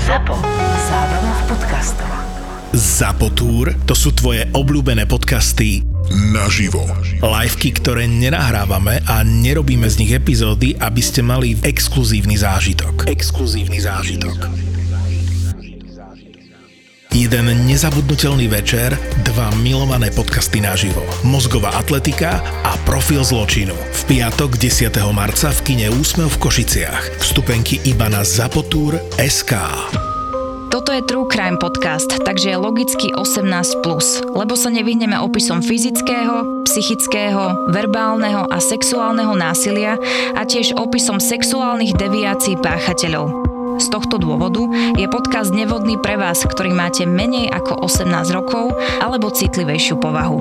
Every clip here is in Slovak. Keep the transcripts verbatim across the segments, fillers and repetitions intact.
Zapo. Zábrná v podcastov. Zapotour, to sú tvoje obľúbené podcasty naživo. Liveky, ktoré nenahrávame a nerobíme z nich epizódy, aby ste mali exkluzívny zážitok. Exkluzívny zážitok. Jeden nezabudnutelný večer, dva milované podcasty naživo. Mozgová atletika a Profil zločinu. V piatok desiateho marca v kine Úsmev v Košiciach. Vstupenky iba na zapotour bodka es ká. Toto je True Crime podcast, takže je logicky osemnásť plus, lebo sa nevyhneme opisom fyzického, psychického, verbálneho a sexuálneho násilia a tiež opisom sexuálnych deviácií páchateľov. Z tohto dôvodu je podcast nevhodný pre vás, ktorý máte menej ako osemnásť rokov alebo citlivejšiu povahu.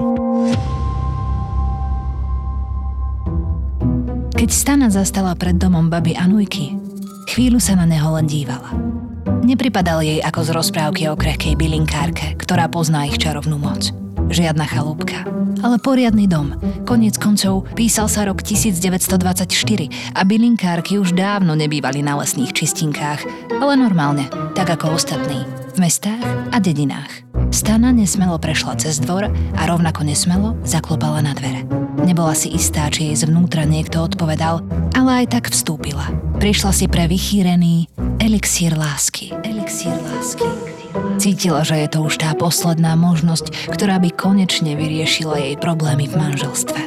Keď Stana zastala pred domom baby Anujky, chvíľu sa na neho len dívala. Nepripadal jej ako z rozprávky o krehkej bylinkárke, ktorá pozná ich čarovnú moc. Žiadna chalúbka, ale poriadny dom. Koniec koncov písal sa rok devätnásťstodvadsaťštyri a bylinkárky už dávno nebývali na lesných čistinkách, ale normálne, tak ako ostatní, v mestách a dedinách. Stana nesmelo prešla cez dvor a rovnako nesmelo zaklopala na dvere. Nebola si istá, či jej zvnútra niekto odpovedal, ale aj tak vstúpila. Prišla si pre vychýrený elixír lásky. Elixír lásky. Cítila, že je to už tá posledná možnosť, ktorá by konečne vyriešila jej problémy v manželstve.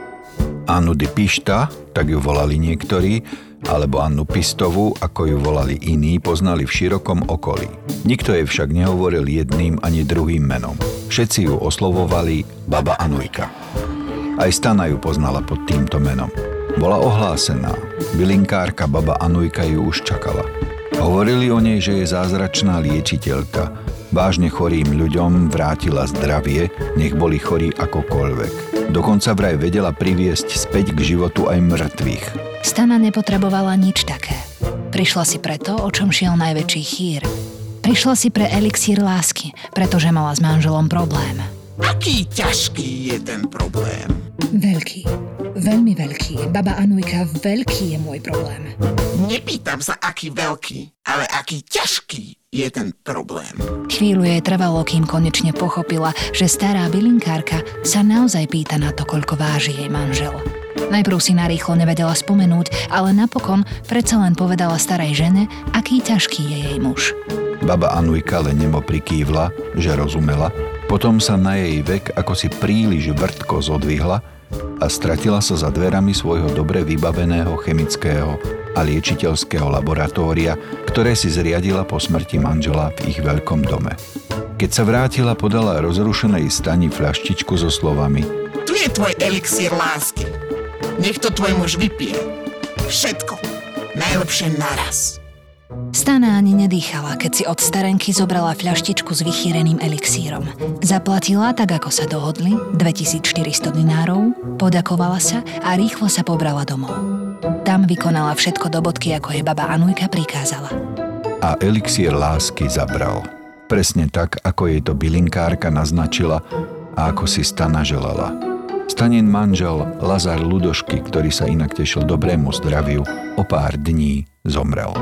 Annu di Pišta, tak ju volali niektorí, alebo Annu Pistovú, ako ju volali iní, poznali v širokom okolí. Nikto jej však nehovoril jedným ani druhým menom. Všetci ju oslovovali Baba Anujka. Aj Stana ju poznala pod týmto menom. Bola ohlásená. Bylinkárka Baba Anujka ju už čakala. Hovorili o nej, že je zázračná liečiteľka. Vážne chorým ľuďom vrátila zdravie, nech boli chorí akokoľvek. Dokonca vraj vedela priviesť späť k životu aj mŕtvych. Stana nepotrebovala nič také. Prišla si preto, o čom šiel najväčší chýr. Prišla si pre elixír lásky, pretože mala s manželom problém. Aký ťažký je ten problém? Veľký. Veľmi veľký. Baba Anujka, veľký je môj problém. Nepýtam sa, aký veľký, ale aký ťažký je ten problém. Chvíľu jej trvalo, kým konečne pochopila, že stará bylinkárka sa naozaj pýta na to, koľko váži jej manžel. Najprv si narýchlo nevedela spomenúť, ale napokon predsa len povedala starej žene, aký ťažký je jej muž. Baba Anujka len nemo prikývla, že rozumela, potom sa na jej vek ako si príliš vrtko zodvihla a stratila sa za dverami svojho dobre vybaveného chemického a liečiteľského laboratória, ktoré si zriadila po smrti manžela v ich veľkom dome. Keď sa vrátila, podala rozrušenej Stani fľaštičku so slovami: Tu je tvoj elixír lásky. Nech to tvoj muž vypije. Všetko. Najlepšie naraz. Stana ani nedýchala, keď si od starenky zobrala fľaštičku s vychýreným elixírom. Zaplatila, tak ako sa dohodli, dvetisícštyristo dinárov, poďakovala sa a rýchlo sa pobrala domov. Tam vykonala všetko do bodky, ako jej baba Anujka prikázala. A elixír lásky zabral. Presne tak, ako jej to bylinkárka naznačila a ako si Stana želala. Stanin manžel Lazar Ludošky, ktorý sa inak tešil dobrému zdraviu, o pár dní zomrel.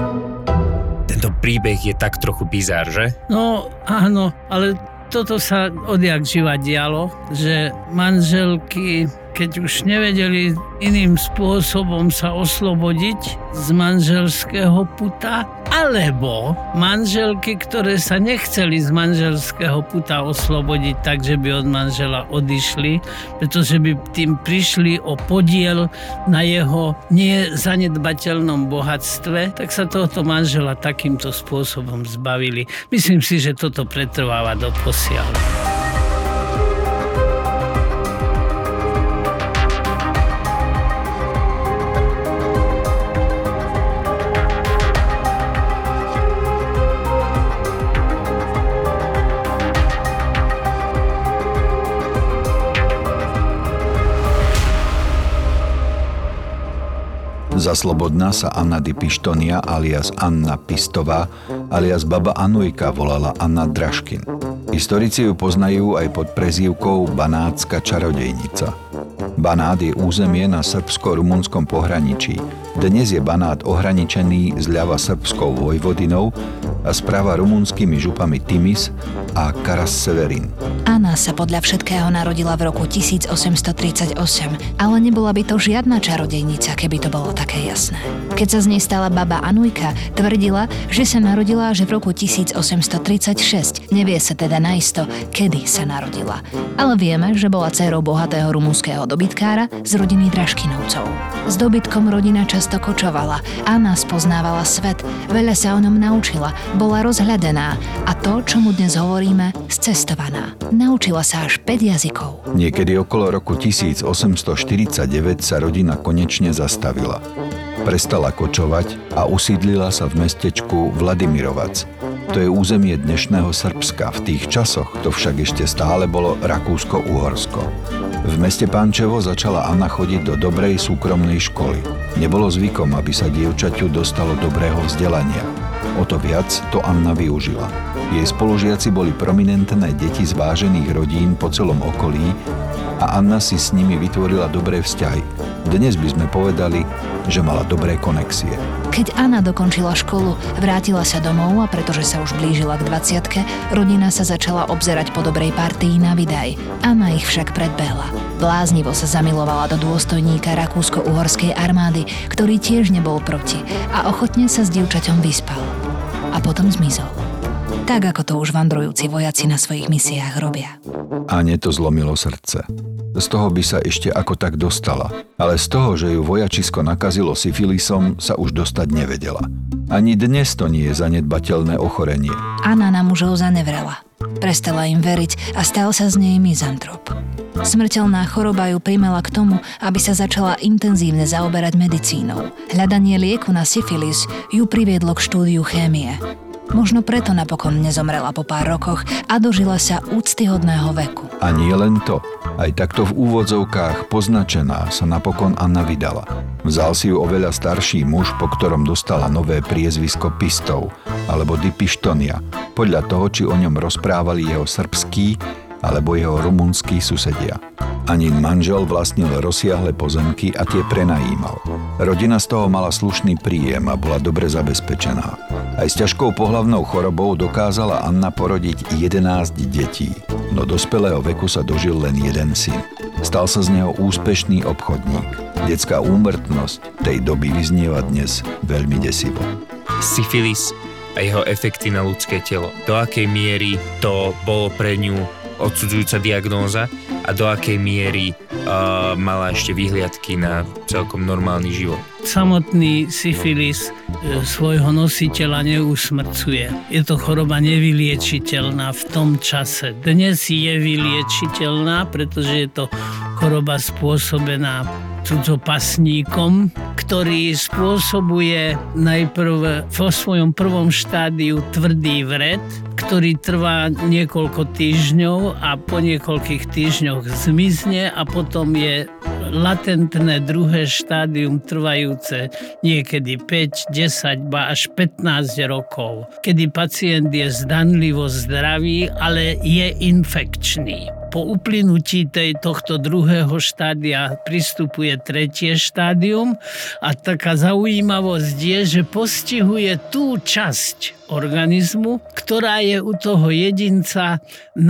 Tento príbeh je tak trochu bizár, že? No áno, ale toto sa odjak živa dialo, že manželky, keď už nevedeli iným spôsobom sa oslobodiť z manželského puta, alebo manželky, ktoré sa nechceli z manželského puta oslobodiť tak, že by od manžela odišli, pretože by tým prišli o podiel na jeho nezanedbateľnom bohatstve, tak sa tohto manžela takýmto spôsobom zbavili. Myslím si, že toto pretrváva do posiaľ. Za slobodná sa Anna di Pištonia alias Anna Pistová alias Baba Anujka volala Anna Draškin. Historici ju poznajú aj pod prezývkou Banátska čarodejnica. Banát je územie na srbsko-rumunskom pohraničí. Dnes je Banát ohraničený zľava srbskou vojvodinou a a správa rumunskými župami Timis a Karas Severin. Anna sa podľa všetkého narodila v roku tisíc osemsto tridsaťosem, ale nebola by to žiadna čarodejnica, keby to bolo také jasné. Keď sa z nej stala baba Anujka, tvrdila, že sa narodila až v roku tisíc osemsto tridsaťšesť. Nevie sa teda naisto, kedy sa narodila. Ale vieme, že bola dcérou bohatého rumunského dobytkára z rodiny Draškinovcov. S dobytkom rodina často kočovala. Anna spoznávala svet, veľa sa o ňom naučila, bola rozhľadená a to, čo mu dnes hovoríme, scestovaná. Naučila sa až päť jazykov. Niekedy okolo roku tisíc osemsto štyridsaťdeväť sa rodina konečne zastavila. Prestala kočovať a usídlila sa v mestečku Vladimirovac. To je územie dnešného Srbska. V tých časoch to však ešte stále bolo Rakúsko-Uhorsko. V meste Pančevo začala Anna chodiť do dobrej súkromnej školy. Nebolo zvykom, aby sa dievčaťu dostalo dobrého vzdelania. O to viac to Anna využila. Jej spolužiaci boli prominentné deti z vážených rodín po celom okolí a Anna si s nimi vytvorila dobré vzťahy. Dnes by sme povedali, že mala dobré konexie. Keď Anna dokončila školu, vrátila sa domov a pretože sa už blížila k dvadsiatke, rodina sa začala obzerať po dobrej partii na Vidaj. Anna ich však predbehla. Bláznivo sa zamilovala do dôstojníka rakúsko-uhorskej armády, ktorý tiež nebol proti a ochotne sa s dievčaťom vyspal. A potom zmizol. Tak ako to už vandrujúci vojaci na svojich misiách robia. Ane to zlomilo srdce. Z toho by sa ešte ako tak dostala, ale z toho, že ju vojačisko nakazilo syfilisom, sa už dostať nevedela. Ani dnes to nie je zanedbateľné ochorenie. Anna na mužov zanevrela. Prestala im veriť a stal sa z nej mizantrop. Smrteľná choroba ju primela k tomu, aby sa začala intenzívne zaoberať medicínou. Hľadanie lieku na syfilis ju priviedlo k štúdiu chémie. Možno preto napokon nezomrela po pár rokoch a dožila sa úctyhodného veku. A nie len to. Aj takto v úvodzovkách poznačená sa napokon Anna vydala. Vzal si ju oveľa starší muž, po ktorom dostala nové priezvisko Pistov, alebo Dipištonia, podľa toho, či o ňom rozprávali jeho srbskí alebo jeho rumunskí susedia. Anin manžel vlastnil rozsiahle pozemky a tie prenajímal. Rodina z toho mala slušný príjem a bola dobre zabezpečená. Aj s ťažkou pohlavnou chorobou dokázala Anna porodiť jedenásť detí, no dospelého veku sa dožil len jeden syn. Stal sa z neho úspešný obchodník. Detská úmrtnosť tej doby vyznieva dnes veľmi desivo. Syfilis a jeho efekty na ľudské telo. Do akej miery to bolo pre ňu odsudzujúca diagnóza a do akej miery uh, mala ešte vyhliadky na celkom normálny život. Samotný syfilis e, svojho nositeľa neusmrcuje. Je to choroba nevyliečiteľná v tom čase. Dnes je vyliečiteľná, pretože je to choroba spôsobená cudzopasníkom, ktorý spôsobuje najprv vo svojom prvom štádiu tvrdý vred, ktorý trvá niekoľko týždňov a po niekoľkých týždňoch zmizne a potom je latentné druhé štádium trvajúce niekedy päť, desať, ba až pätnásť rokov, kedy pacient je zdanlivo zdravý, ale je infekčný. Po uplynutí tej, tohto druhého štádia pristupuje tretie štádium a taká zaujímavosť je, že postihuje tú časť organizmu, ktorá je u toho jedinca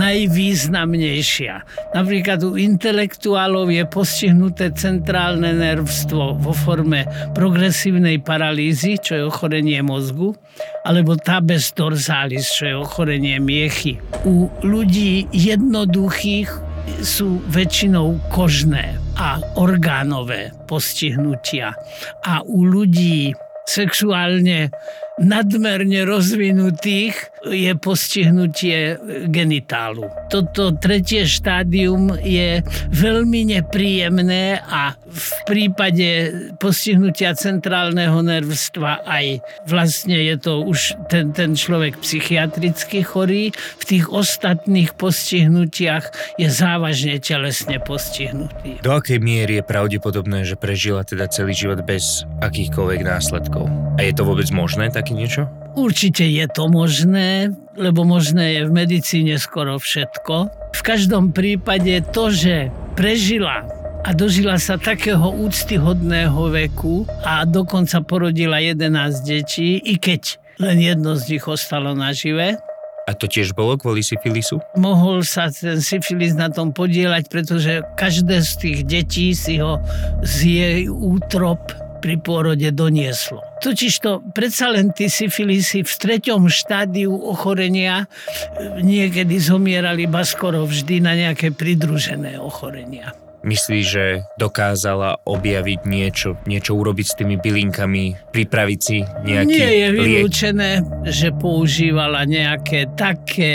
najvýznamnejšia. Napríklad u intelektuálov je postihnuté centrálne nervstvo vo forme progresívnej paralýzy, čo je ochorenie mozgu, alebo tabes dorsalis, čo je ochorenie miechy. U ľudí jednoduchých sú väčšinou kožné a orgánové postihnutia. A u ľudí sexuálne nadmerne rozvinutých je postihnutie genitálu. Toto tretie štádium je veľmi nepríjemné a v prípade postihnutia centrálneho nervstva aj vlastne je to už ten, ten človek psychiatricky chorý. V tých ostatných postihnutiach je závažne telesne postihnutý. Do akej miery je pravdepodobné, že prežila teda celý život bez akýchkoľvek následkov? A je to vôbec možné, také niečo? Určite je to možné, lebo možné je v medicíne skoro všetko. V každom prípade to, že prežila a dožila sa takého úctyhodného veku a dokonca porodila jedenásť detí, i keď len jedno z nich ostalo nažive. A to tiež bolo kvôli syfilisu? Mohol sa ten syfilis na tom podieľať, pretože každé z tých detí si ho z jej útrop pri pôrode donieslo. Totižto predsa len tí syfilisy v treťom štádiu ochorenia niekedy zomierali iba skoro vždy na nejaké pridružené ochorenia. Myslíš, že dokázala objaviť niečo, niečo urobiť s tými bylinkami, pripraviť si nejaký liek? Nie je vylúčené, že používala nejaké také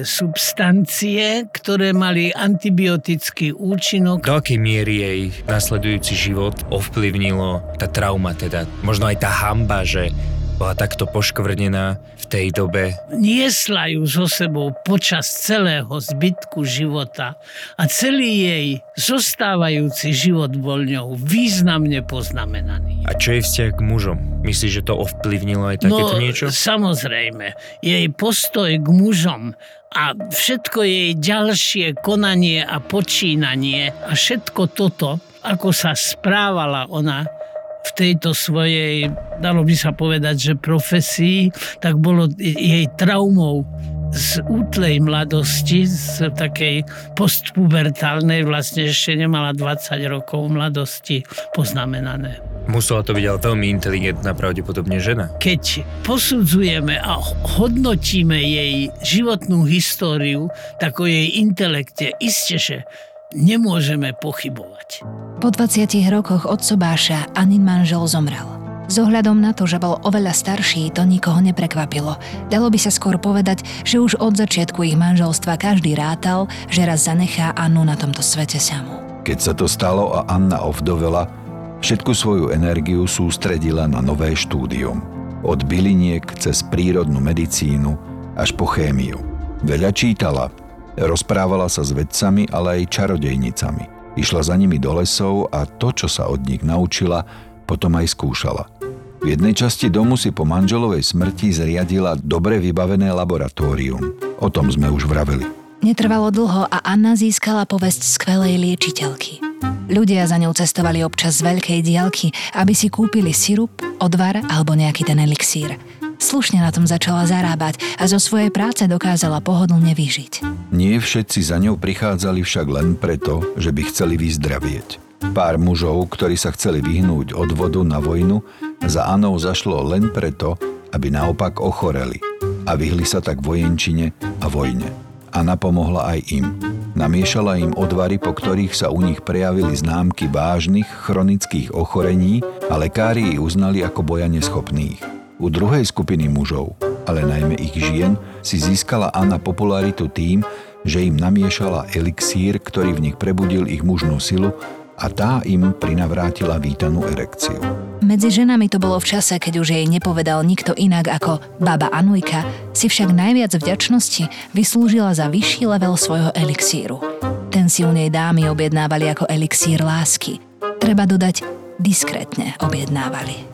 substancie, ktoré mali antibiotický účinok. Do akej miery jej nasledujúci život ovplyvnilo tá trauma, teda možno aj tá hanba, že bola takto poškvrnená v tej dobe? Niesla ju so sebou počas celého zbytku života a celý jej zostávajúci život bol ňou významne poznamenaný. A čo je vzťah k mužom? Myslíš, že to ovplyvnilo aj takéto no, niečo? Samozrejme. Jej postoj k mužom a všetko jej ďalšie konanie a počínanie a všetko toto, ako sa správala ona v tejto svojej, dalo by sa povedať, že profesii, tak bolo jej traumou z útlej mladosti, z takej postpubertálnej, vlastne ešte nemala dvadsať rokov mladosti poznamenané. Musela to byť ale veľmi inteligentná pravdepodobne žena. Keď posudzujeme a hodnotíme jej životnú históriu, tak o jej intelekte isteže nemôžeme pochybovať. Po dvadsiatich rokoch od sobáša Anin manžel zomrel. S ohľadom na to, že bol oveľa starší, to nikoho neprekvapilo. Dalo by sa skôr povedať, že už od začiatku ich manželstva každý rátal, že raz zanechá Annu na tomto svete samú. Keď sa to stalo a Anna ovdovela, všetku svoju energiu sústredila na nové štúdium. Od byliniek cez prírodnú medicínu až po chémiu. Veľa čítala, rozprávala sa s vedcami, ale aj čarodejnicami. Išla za nimi do lesov a to, čo sa od nich naučila, potom aj skúšala. V jednej časti domu si po manželovej smrti zriadila dobre vybavené laboratórium. O tom sme už vraveli. Netrvalo dlho a Anna získala povesť skvelej liečiteľky. Ľudia za ňou cestovali občas z veľkej diaľky, aby si kúpili sirup, odvar alebo nejaký ten elixír. Slušne na tom začala zarábať a zo svojej práce dokázala pohodlne vyžiť. Nie všetci za ňou prichádzali však len preto, že by chceli vyzdravieť. Pár mužov, ktorí sa chceli vyhnúť od vodu na vojnu, za Annou zašlo len preto, aby naopak ochoreli a vyhli sa tak vojenčine a vojne. Anna pomohla aj im. Namiešala im odvary, po ktorých sa u nich prejavili známky vážnych chronických ochorení a lekári ich uznali ako boja neschopných. U druhej skupiny mužov, ale najmä ich žien, si získala Anna popularitu tým, že im namiešala elixír, ktorý v nich prebudil ich mužnú silu a tá im prinavrátila vítanú erekciu. Medzi ženami to bolo v čase, keď už jej nepovedal nikto inak ako baba Anujka, si však najviac vďačnosti vyslúžila za vyšší level svojho elixíru. Ten si u nej dámy objednávali ako elixír lásky. Treba dodať, diskrétne objednávali.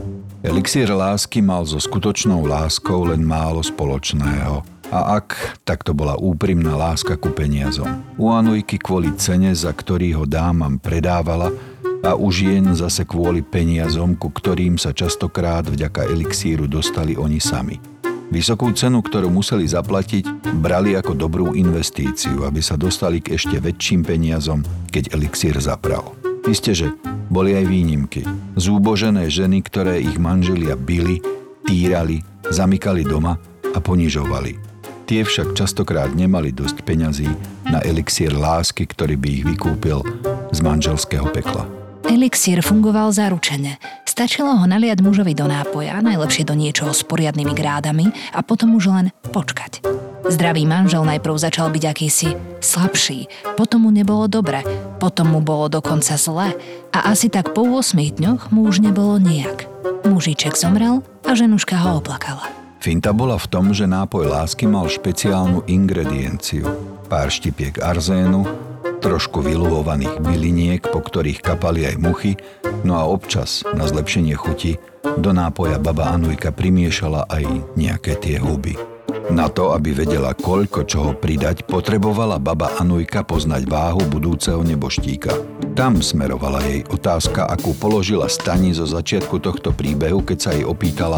Elixír lásky mal so skutočnou láskou len málo spoločného. A ak, tak to bola úprimná láska ku peniazom. U Anujky kvôli cene, za ktorý ho dámam predávala, a u žien zase kvôli peniazom, ku ktorým sa častokrát vďaka elixíru dostali oni sami. Vysokú cenu, ktorú museli zaplatiť, brali ako dobrú investíciu, aby sa dostali k ešte väčším peniazom, keď elixír zapral. Isteže, boli aj výnimky. Zúbožené ženy, ktoré ich manželia bili, týrali, zamykali doma a ponižovali. Tie však častokrát nemali dosť peňazí na elixír lásky, ktorý by ich vykúpil z manželského pekla. Elixír fungoval zaručene. Stačilo ho naliať mužovi do nápoja, najlepšie do niečoho s poriadnymi grádami a potom už len počkať. Zdravý manžel najprv začal byť akýsi slabší, potom mu nebolo dobre, potom mu bolo dokonca zle a asi tak po ôsmich dňoch mu už nebolo nijak. Mužíček zomrel a ženuška ho oplakala. Finta bola v tom, že nápoj lásky mal špeciálnu ingredienciu. Pár štipiek arzénu, trošku vyluhovaných byliniek, po ktorých kapali aj muchy, no a občas, na zlepšenie chuti, do nápoja baba Anujka primiešala aj nejaké tie huby. Na to, aby vedela, koľko čoho pridať, potrebovala baba Anujka poznať váhu budúceho neboštíka. Tam smerovala jej otázka, akú položila Stani zo začiatku tohto príbehu, keď sa jej opýtala,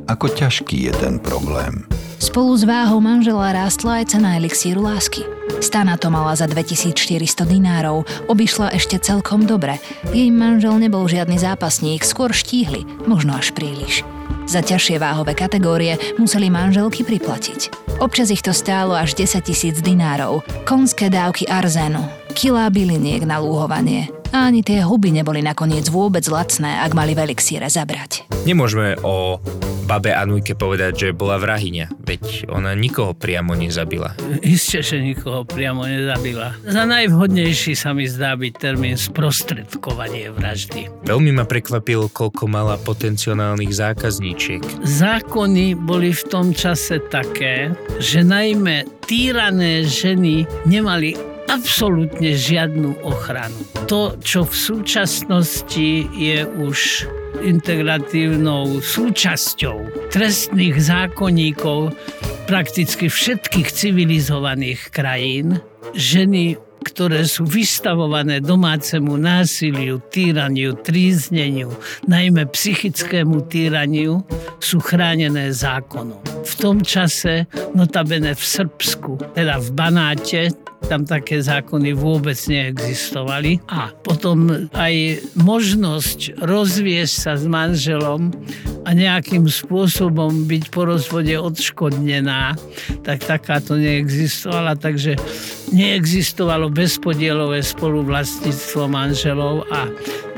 Ako ťažký je ten problém. Spolu s váhou manžela rástla aj cena elixíru lásky. Stana to mala za dvetisícštyristo dinárov, obišla ešte celkom dobre. Jej manžel nebol žiadny zápasník, skôr štíhly, možno až príliš. Za ťažšie váhové kategórie museli manželky priplatiť. Občas ich to stálo až desaťtisíc dinárov, konské dávky arzénu, kilá byliniek na lúhovanie. A ani tie huby neboli nakoniec vôbec lacné, ak mali v elixíre zabrať. Nemôžeme o babe Anujke povedať, že bola vrahyňa, veď ona nikoho priamo nezabila. Isté, že nikoho priamo nezabila. Za najvhodnejší sa mi zdá byť termín sprostredkovanie vraždy. Veľmi ma prekvapilo, koľko mala potenciálnych zákazníčiek. Zákony boli v tom čase také, že najmä týrané ženy nemali absolútne žiadnu ochranu. To, čo v súčasnosti je už integratívnou súčasťou trestných zákonníkov prakticky všetkých civilizovaných krajín, ženy, ktoré sú vystavované domácemu násiliu, týraniu, trízneniu, najmä psychickému týraniu, sú chránené zákonom. V tom čase, notabene v Srbsku, teda v Banáte, tam také zákony vôbec neexistovali. A potom aj možnosť rozviesť sa s manželom a nejakým spôsobom byť po rozvode odškodnená, tak takáto neexistovala. Takže neexistovalo bezpodielové spoluvlastníctvo manželov a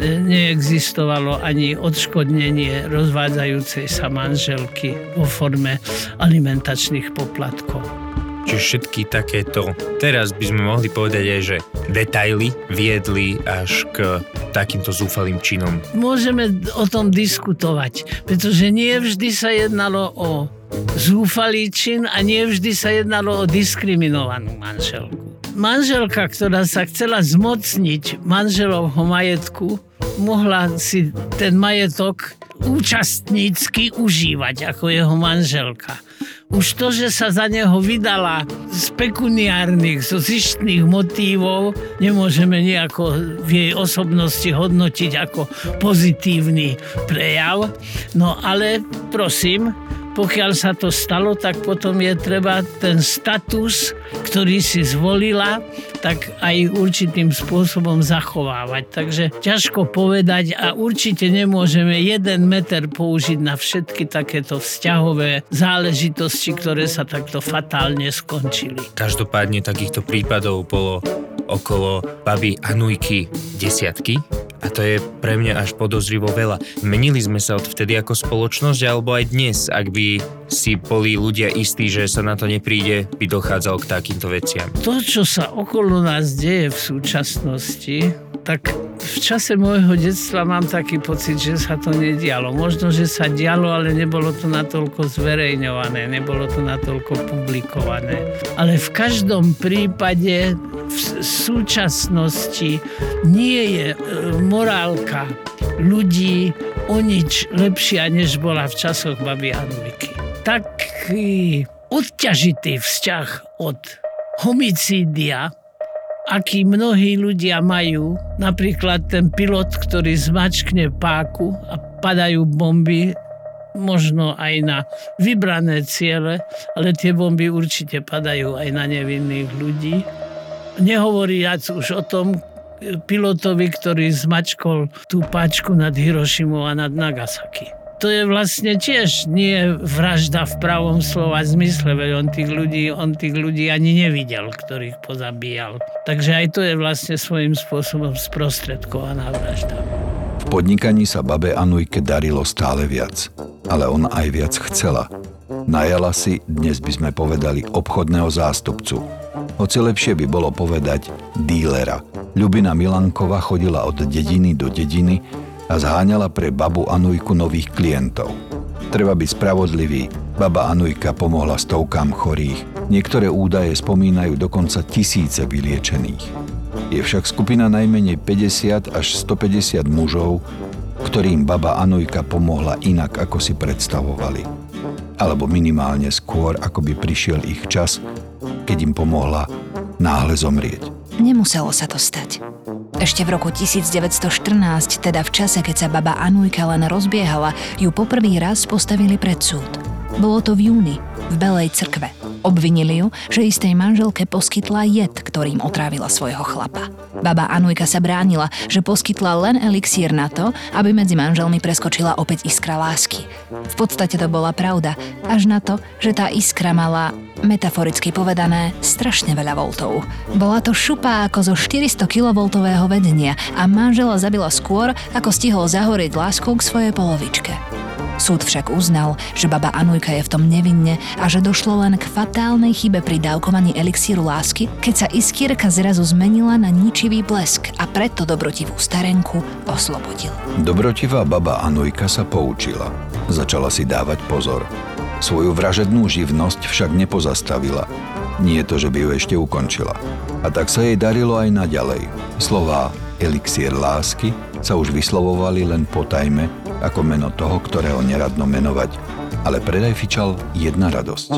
neexistovalo ani odškodnenie rozvádzajúcej sa manželky vo forme alimentačných poplatkov. Čiže všetky takéto, teraz by sme mohli povedať aj, že detaily viedli až k takýmto zúfalým činom. Môžeme o tom diskutovať, pretože nie vždy sa jednalo o zúfalý čin a nie vždy sa jednalo o diskriminovanú manželku. Manželka, ktorá sa chcela zmocniť manželovho majetku, mohla si ten majetok účastnícky užívať ako jeho manželka. Už to, že sa za neho vydala z pekuniárnych, zo zištných motívov, nemôžeme nejako v jej osobnosti hodnotiť ako pozitívny prejav. No ale prosím, pokiaľ sa to stalo, tak potom je treba ten status, ktorý si zvolila, tak aj určitým spôsobom zachovávať. Takže ťažko povedať a určite nemôžeme jeden meter použiť na všetky takéto vzťahové záležitosti, ktoré sa takto fatálne skončili. Každopádne takýchto prípadov bolo okolo baby Anujky desiatky. A to je pre mňa až podozrivo veľa. Menili sme sa odvtedy ako spoločnosť, alebo aj dnes, ak by si boli ľudia istí, že sa na to nepríde, by dochádzalo k takýmto veciam. To, čo sa okolo nás deje v súčasnosti, tak v čase môjho detstva mám taký pocit, že sa to nedialo. Možno, že sa dialo, ale nebolo to natoľko zverejňované, nebolo to natoľko publikované. Ale v každom prípade v súčasnosti nie je morálka ľudí o nič lepšia, než bola v časoch baby Anujky. Taký odťažitý vzťah od homicídia, aký mnohí ľudia majú, napríklad ten pilot, ktorý zmačkne páku a padajú bomby, možno aj na vybrané ciele, ale tie bomby určite padajú aj na nevinných ľudí. Nehovoriac už o tom pilotovi, ktorý zmačkol tú páčku nad Hirošimou a nad Nagasaki. To je vlastne tiež nie vražda v pravom slova zmysle, veď on tých ľudí, on tých ľudí ani nevidel, ktorých pozabíjal. Takže aj to je vlastne svojím spôsobom sprostredkovaná vražda. V podnikaní sa babe Anujke darilo stále viac, ale ona aj viac chcela. Najala si, dnes by sme povedali, obchodného zástupcu. Hoci lepšie by bolo povedať dílera. Ľubina Milankova chodila od dediny do dediny a zháňala pre babu Anujku nových klientov. Treba byť spravodlivý, baba Anujka pomohla stovkám chorých. Niektoré údaje spomínajú dokonca tisíce vyliečených. Je však skupina najmenej päťdesiat až stopäťdesiat mužov, ktorým baba Anujka pomohla inak, ako si predstavovali. Alebo minimálne skôr, ako by prišiel ich čas, keď im pomohla náhle zomrieť. Nemuselo sa to stať. Ešte v roku devätnásťstoštrnásť, teda v čase, keď sa baba Anujka len rozbiehala, ju poprvý raz postavili pred súd. Bolo to v júni, v Belej Crkve. Obvinili ju, že istej manželke poskytla jed, ktorým otrávila svojho chlapa. Baba Anujka sa bránila, že poskytla len elixír na to, aby medzi manželmi preskočila opäť iskra lásky. V podstate to bola pravda, až na to, že tá iskra mala, metaforicky povedané, strašne veľa voltov. Bola to šupa ako zo štyristo kilovoltového vedenia a manžela zabila skôr, ako stihol zahorieť láskou k svojej polovičke. Súd však uznal, že baba Anujka je v tom nevinne a že došlo len k fatálnej chybe pri dávkovaní elixíru lásky, keď sa iskierka zrazu zmenila na ničivý blesk a preto dobrotivú starenku oslobodil. Dobrotivá baba Anujka sa poučila. Začala si dávať pozor. Svoju vražednú živnosť však nepozastavila. Nie to, že by ju ešte ukončila. A tak sa jej darilo aj naďalej. Slová elixír lásky sa už vyslovovali len potajme, ako meno toho, ktorého neradno menovať, ale predaj fičal jedna radosť.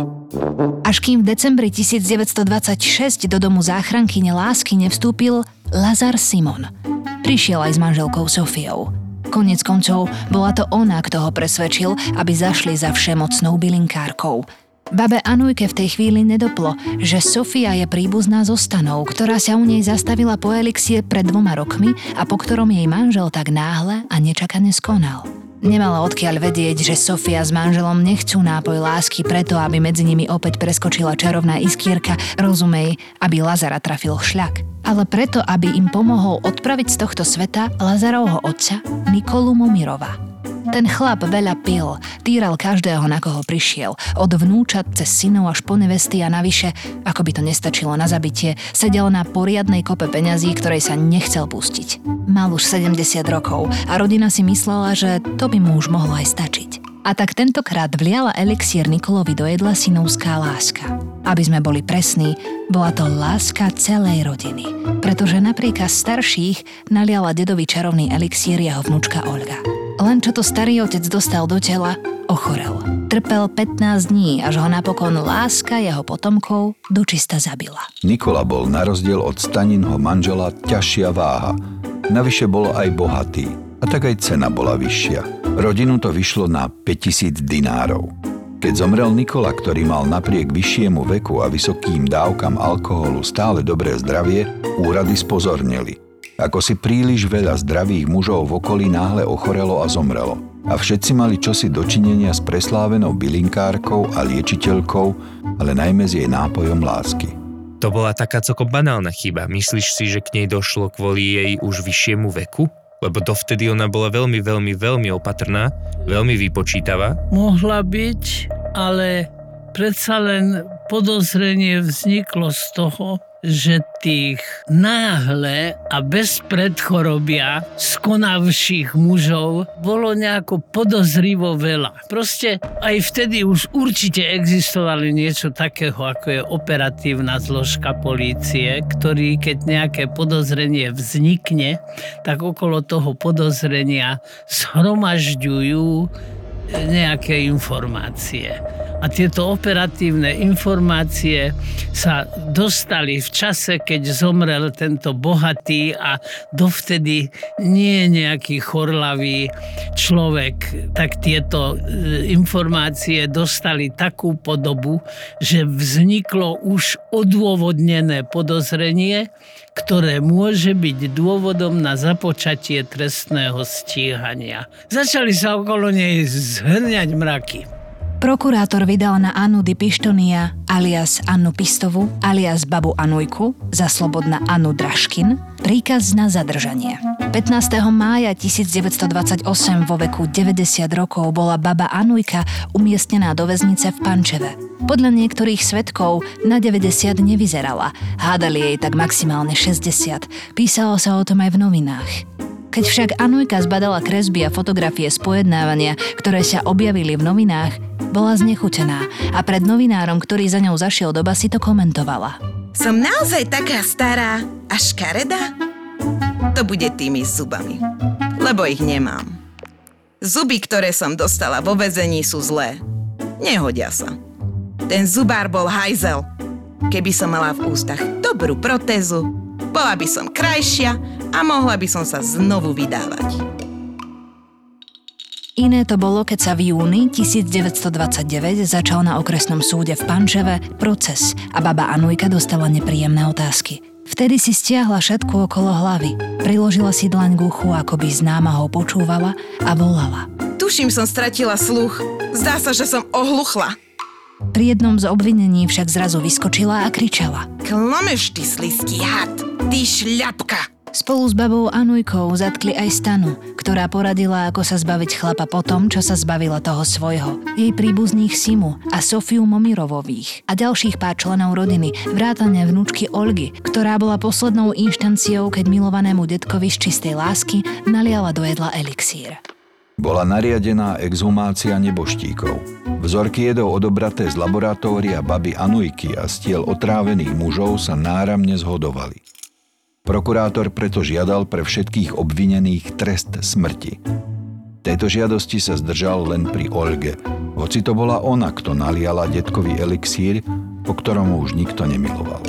Až kým v decembri devätnásťstodvadsaťšesť do domu záchrankyne lásky nevstúpil Lazar Simon. Prišiel aj s manželkou Sofiou. Koniec koncov bola to ona, kto ho presvedčil, aby zašli za všemocnou bylinkárkou. Babe Anujke v tej chvíli nedoplo, že Sofia je príbuzná so Stanou, ktorá sa u nej zastavila po elixír pred dvoma rokmi a po ktorom jej manžel tak náhle a nečakane skonal. Nemala odkiaľ vedieť, že Sofia s manželom nechcú nápoj lásky preto, aby medzi nimi opäť preskočila čarovná iskierka, rozumej, aby Lazara trafil šľak. Ale preto, aby im pomohol odpraviť z tohto sveta Lazarovho otca Nikolu Momirova. Ten chlap veľa pil, týral každého, na koho prišiel, od vnúčat cez synov až po nevesty a navyše, ako by to nestačilo na zabitie, sedel na poriadnej kope peňazí, ktorej sa nechcel pustiť. Mal už sedemdesiat rokov a rodina si myslela, že to by mu už mohlo aj stačiť. A tak tentokrát vliala elixír Nikolovi do jedla synovská láska. Aby sme boli presní, bola to láska celej rodiny, pretože napriek starších naliala dedovi čarovný elixír jeho vnúčka Olga. Len čo to starý otec dostal do tela, ochorel. Trpel pätnásť dní, až ho napokon láska jeho potomkov dočista zabila. Nikola bol na rozdiel od Staninho manžela ťažšia váha. Navyše bol aj bohatý, a tak aj cena bola vyššia. Rodinu to vyšlo na päťtisíc dinárov. Keď zomrel Nikola, ktorý mal napriek vyššiemu veku a vysokým dávkam alkoholu stále dobré zdravie, úrady spozornili. Ako si príliš veľa zdravých mužov v okolí náhle ochorelo a zomrelo. A všetci mali čosi dočinenia s preslávenou bylinkárkou a liečiteľkou, ale najmä s jej nápojom lásky. To bola taká celkom banálna chyba. Myslíš si, že k nej došlo kvôli jej už vyššiemu veku? Lebo dovtedy ona bola veľmi, veľmi, veľmi opatrná, veľmi vypočítavá. Mohla byť, ale predsa len podozrenie vzniklo z toho, že tých náhle a bez predchorobia skonavších mužov bolo nejako podozrivo veľa. Proste aj vtedy už určite existovali niečo takého, ako je operatívna zložka polície, ktorý, keď nejaké podozrenie vznikne, tak okolo toho podozrenia zhromažďujú nejaké informácie. A tieto operatívne informácie sa dostali v čase, keď zomrel tento bohatý a dovtedy nie nejaký chorlavý človek, tak tieto informácie dostali takú podobu, že vzniklo už odôvodnené podozrenie, ktoré môže byť dôvodom na započatie trestného stíhania. Začali sa okolo nej zhrňať mraky. Prokurátor vydal na Annu Di Pištonia alias Annu Pistovu alias babu Anujku za slobod na Annu Draškin príkaz na zadržanie. pätnásteho mája devätnásťstodvadsaťosem vo veku deväťdesiat rokov bola baba Anujka umiestnená do väznice v Pančeve. Podľa niektorých svedkov na deväťdesiat nevyzerala. Hádali jej tak maximálne šesťdesiat. Písalo sa o tom aj v novinách. Keď však Anujka zbadala kresby a fotografie z pojednávania, ktoré sa objavili v novinách, bola znechutená a pred novinárom, ktorý za ňou zašiel do basy, to komentovala. Som naozaj taká stará a škaredá? To bude tými zubami, lebo ich nemám. Zuby, ktoré som dostala vo väzení, sú zlé. Nehodia sa. Ten zubár bol hajzel. Keby som mala v ústach dobrú protézu, bola by som krajšia a mohla by som sa znovu vydávať. Iné to bolo, keď sa v júni devätnásťstodvadsaťdeväť začal na okresnom súde v Pančeve proces a baba Anujka dostala nepríjemné otázky. Vtedy si stiahla šatku okolo hlavy, priložila si dlaň k uchu, ako by s námahou počúvala a volala. Tuším, som stratila sluch. Zdá sa, že som ohluchla. Pri jednom z obvinení však zrazu vyskočila a kričala. Klameš, ty slizký had, ty šľapka! Spolu s babou Anujkou zatkli aj Stanu, ktorá poradila, ako sa zbaviť chlapa po tom, čo sa zbavila toho svojho, jej príbuzných Simu a Sofiu Momirovových a ďalších pár členov rodiny, vrátane vnúčky Olgy, ktorá bola poslednou inštanciou, keď milovanému detkovi z čistej lásky naliala do jedla elixír. Bola nariadená exhumácia neboštíkov. Vzorky jedov odobraté z laboratória baby Anujky a z tiel otrávených mužov sa náramne zhodovali. Prokurátor preto žiadal pre všetkých obvinených trest smrti. Tejto žiadosti sa zdržal len pri Olge, hoci to bola ona, kto naliala detkovi elixír, po ktorom už nikto nemiloval.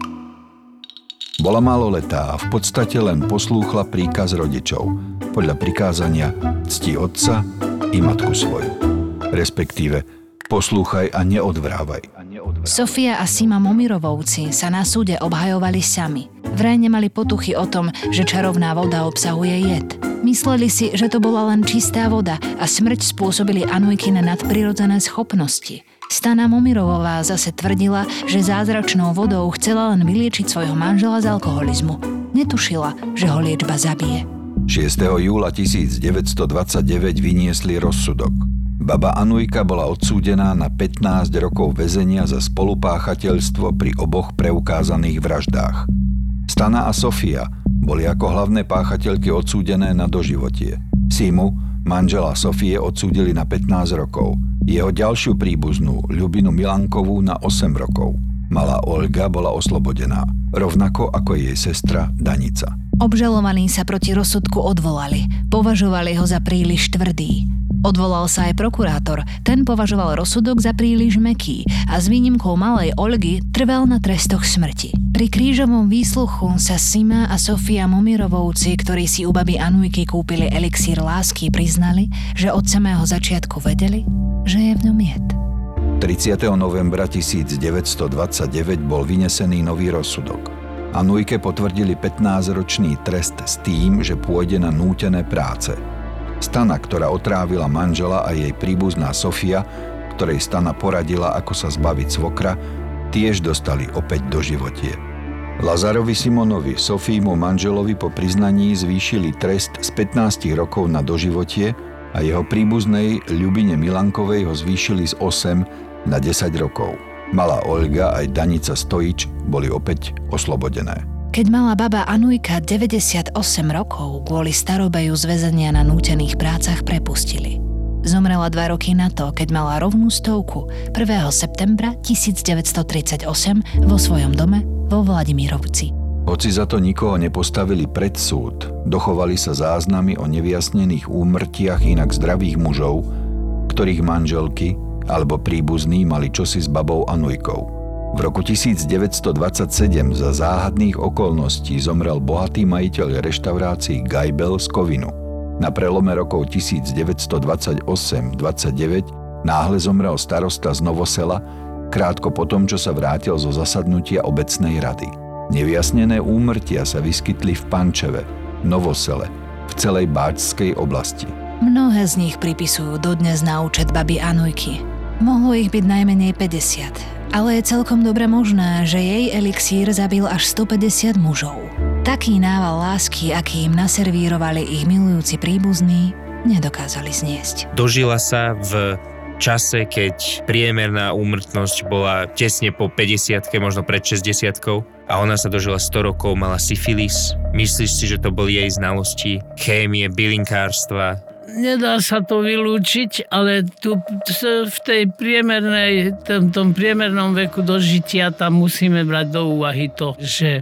Bola maloletá a v podstate len poslúchla príkaz rodičov, podľa prikázania cti otca i matku svoju. Respektíve, poslúchaj a neodvrávaj. Sofia a Sima Momirovovci sa na súde obhajovali sami. Vraj nemali potuchy o tom, že čarovná voda obsahuje jed. Mysleli si, že to bola len čistá voda a smrť spôsobili Anujkine nadprirodzené schopnosti. Stana Momirovová zase tvrdila, že zázračnou vodou chcela len vyliečiť svojho manžela z alkoholizmu. Netušila, že ho liečba zabije. šiesteho júla devätnásťstodvadsaťdeväť vyniesli rozsudok. Baba Anujka bola odsúdená na pätnásť rokov väzenia za spolupáchateľstvo pri oboch preukázaných vraždách. Stana a Sofia boli ako hlavné páchateľky odsúdené na doživotie. Simu, manžela Sofie, odsúdili na pätnásť rokov. Jeho ďalšiu príbuznú, Ľubinu Milankovú, na osem rokov. Malá Olga bola oslobodená, rovnako ako jej sestra Danica. Obžalovaní sa proti rozsudku odvolali. Považovali ho za príliš tvrdý. Odvolal sa aj prokurátor. Ten považoval rozsudok za príliš mäkký a s výnimkou malej Olgy trval na trestoch smrti. Pri krížovom výsluchu sa Sima a Sofia Momirovovci, ktorí si u baby Anujky kúpili elixír lásky, priznali, že od samého začiatku vedeli, že je v ňom jed. tridsiateho novembra devätnásťstodvadsaťdeväť bol vynesený nový rozsudok. Anujke potvrdili pätnásťročný trest s tým, že pôjde na nútené práce. Stana, ktorá otrávila manžela, a jej príbuzná Sofia, ktorej Stana poradila, ako sa zbaviť svokra, tiež dostali opäť doživotie. Lazarovi Simonovi, Sofímu manželovi, po priznaní zvýšili trest z pätnásť rokov na doživotie a jeho príbuznej Ľubine Milankovej ho zvýšili z osem na desať rokov. Malá Olga aj Danica Stojič boli opäť oslobodené. Keď mala baba Anujka deväťdesiatosem rokov, kvôli starobeju z väzenia na nútených prácach prepustili. Zomrela dva roky na to, keď mala rovnú stovku prvého septembra devätnásťstotridsaťosem vo svojom dome vo Vladimírovci. Hoci za to nikoho nepostavili pred súd, dochovali sa záznamy o nevyjasnených úmrtiach inak zdravých mužov, ktorých manželky alebo príbuzní mali čosi s babou Anujkou. V roku devätnásťstodvadsaťsedem za záhadných okolností zomrel bohatý majiteľ reštaurácií Gajbel z Kovinu. Na prelome rokov devätnásťstodvadsaťosem dvadsaťdeväť náhle zomrel starosta z Novosela, krátko potom, čo sa vrátil zo zasadnutia obecnej rady. Nevyjasnené úmrtia sa vyskytli v Pančeve, Novosele, v celej Báčskej oblasti. Mnohé z nich pripisujú dodnes na účet baby Anujky. Mohlo ich byť najmenej päťdesiat, ale je celkom dobre možné, že jej elixír zabil až stopäťdesiat mužov. Taký nával lásky, aký im naservírovali ich milujúci príbuzní, nedokázali zniesť. Dožila sa v čase, keď priemerná úmrtnosť bola tesne po päťdesiatke, možno pred šesťdesiatkou, a ona sa dožila sto rokov, mala syfilis. Myslíš si, že to boli jej znalosti chémie, bylinkárstva? Nedá sa to vylúčiť, ale tu v tej priemernej, tom, tom priemernom veku dožitia tam musíme brať do úvahy to, že e,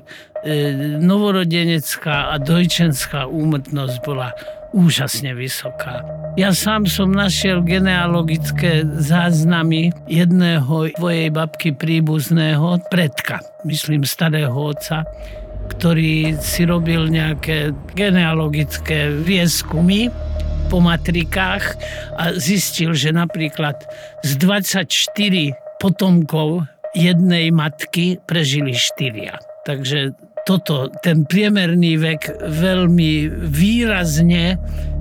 novorodenecká a dojčenská úmrtnosť bola úžasne vysoká. Ja sám som našiel genealogické záznamy jedného tvojej babky príbuzného, predka, myslím starého otca, ktorý si robil nejaké genealogické prieskumy po matrikách a zistil, že napríklad z dvadsaťštyri potomkov jednej matky prežili štyria. Takže toto, ten priemerný vek veľmi výrazne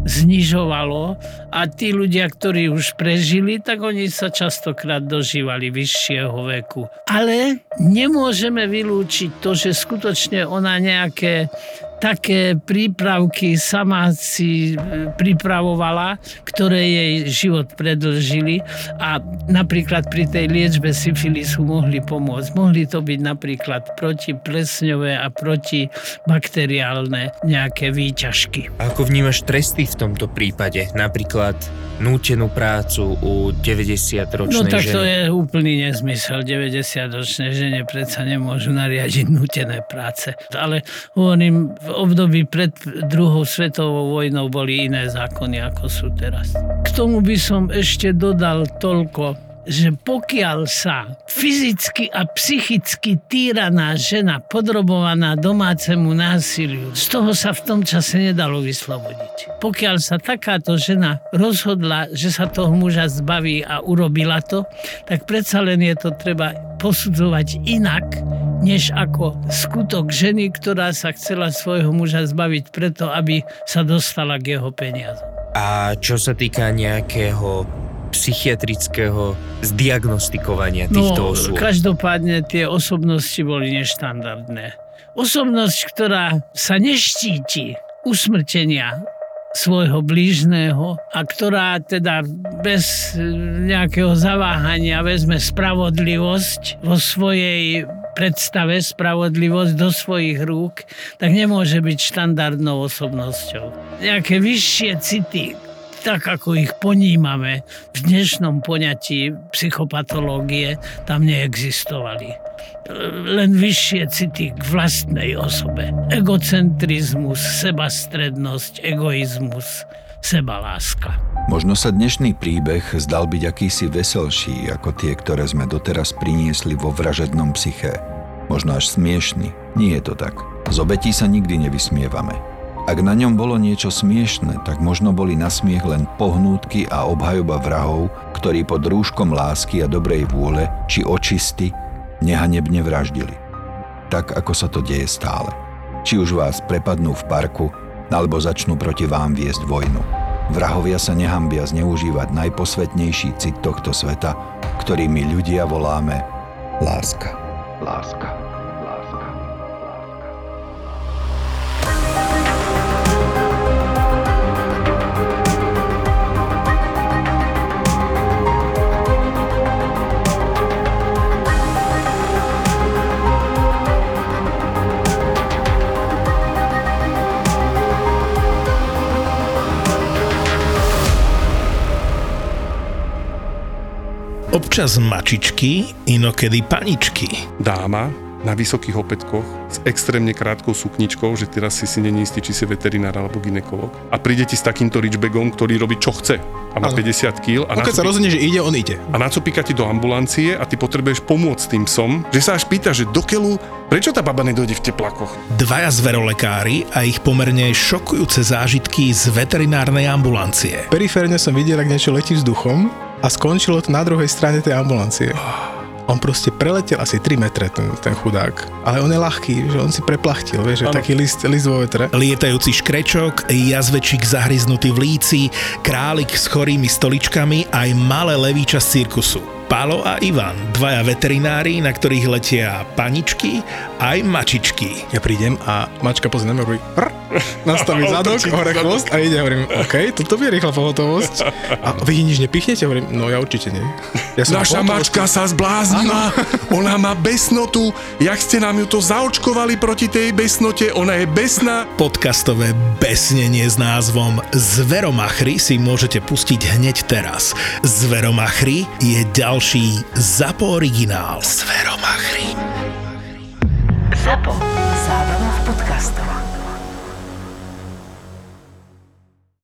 znižovalo a tí ľudia, ktorí už prežili, tak oni sa častokrát dožívali vyššieho veku. Ale nemôžeme vylúčiť to, že skutočne ona nejaké také prípravky sama si pripravovala, ktoré jej život predĺžili a napríklad pri tej liečbe syfilisu mohli pomôcť. Mohli to byť napríklad protiplesňové a protibakteriálne nejaké výťažky. A ako vnímaš tresty v tomto prípade? Napríklad nútenú prácu u deväťdesiatročnej ženy? No tak to je úplný nezmysel. deväťdesiatročnej žene predsa nemôžu nariadiť nútené práce. Ale hovorím, v období pred druhou svetovou vojnou boli iné zákony, ako sú teraz. K tomu by som ešte dodal toľko, že pokiaľ sa fyzicky a psychicky týraná žena podrobovaná domácemu násiliu, z toho sa v tom čase nedalo vyslobodiť. Pokiaľ sa takáto žena rozhodla, že sa toho muža zbaví a urobila to, tak predsa len je to treba posudzovať inak, než ako skutok ženy, ktorá sa chcela svojho muža zbaviť preto, aby sa dostala k jeho peniazom. A čo sa týka nejakého psychiatrického zdiagnostikovania týchto no, osôb? Každopádne tie osobnosti boli neštandardné. Osobnosť, ktorá sa neštíti usmrtenia svojho blížneho a ktorá teda bez nejakého zaváhania vezme spravodlivosť vo svojej predstave, spravodlivosť do svojich rúk, tak nemôže byť štandardnou osobnosťou. Nejaké vyššie city, tak ako ich ponímame v dnešnom poňatí psychopatológie, tam neexistovali. Len vyššie city k vlastnej osobe. Egocentrizmus, sebastrednosť, egoizmus, sebaláska. Možno sa dnešný príbeh zdal byť akýsi veselší ako tie, ktoré sme doteraz priniesli vo vražednom psyché. Možno až smiešný. Nie je to tak. Z obetí sa nikdy nevysmievame. Ak na ňom bolo niečo smiešne, tak možno boli na smiech len pohnútky a obhajoba vrahov, ktorí pod rúškom lásky a dobrej vôle či očisty nehanebne vraždili. Tak, ako sa to deje stále. Či už vás prepadnú v parku, alebo začnú proti vám viesť vojnu. Vrahovia sa nehambia zneužívať najposvetnejší cit tohto sveta, ktorý my ľudia voláme láska. Láska. Občas mačičky, inokedy paničky. Dáma na vysokých opätkoch s extrémne krátkou sukničkou, že teraz si si není istý, či si veterinár alebo gynekolog. A príde ti s takýmto reachbagom, ktorý robí čo chce. A má päťdesiat kíl. A no, keď sa rozhodne, že ide, on ide. A nacopíka ti do ambulancie a ty potrebuješ pomôcť tým psom, že sa až pýta, že do keľu, prečo tá baba nedojde v teplakoch? Dvaja zverolekári a ich pomerne šokujúce zážitky z veterinárnej ambulancie. Periférne som videl, ak niečo letí vzduchom a skončilo to na druhej strane tej ambulancie. On proste preletel asi tri metre, ten, ten chudák. Ale on je ľahký, že on si preplachtil, vieš, že taký list, list vo vetre. Lietajúci škrečok, jazvečík zahryznutý v líci, králik s chorými stoličkami, aj malé levíča z cirkusu. Pálo a Ivan, dvaja veterinári, na ktorých letia paničky aj mačičky. Ja prídem a mačka pozrie na mňa, hovorí prr, nastaví zadok, hore chvost a ide, hovorím, OK, toto je rýchla pohotovosť. A vy nič nepichnete? Hovorím, no ja určite nie. Ja som Naša mačka sa zbláznila, ona má besnotu, jak ste nám ju to zaočkovali proti tej besnote, ona je besná. Podcastové besnenie s názvom Zveromachry si môžete pustiť hneď teraz. Zveromachry je ďalší ZAPO originál. Zveromachry. ZAPO. Zábrná v podcastovách.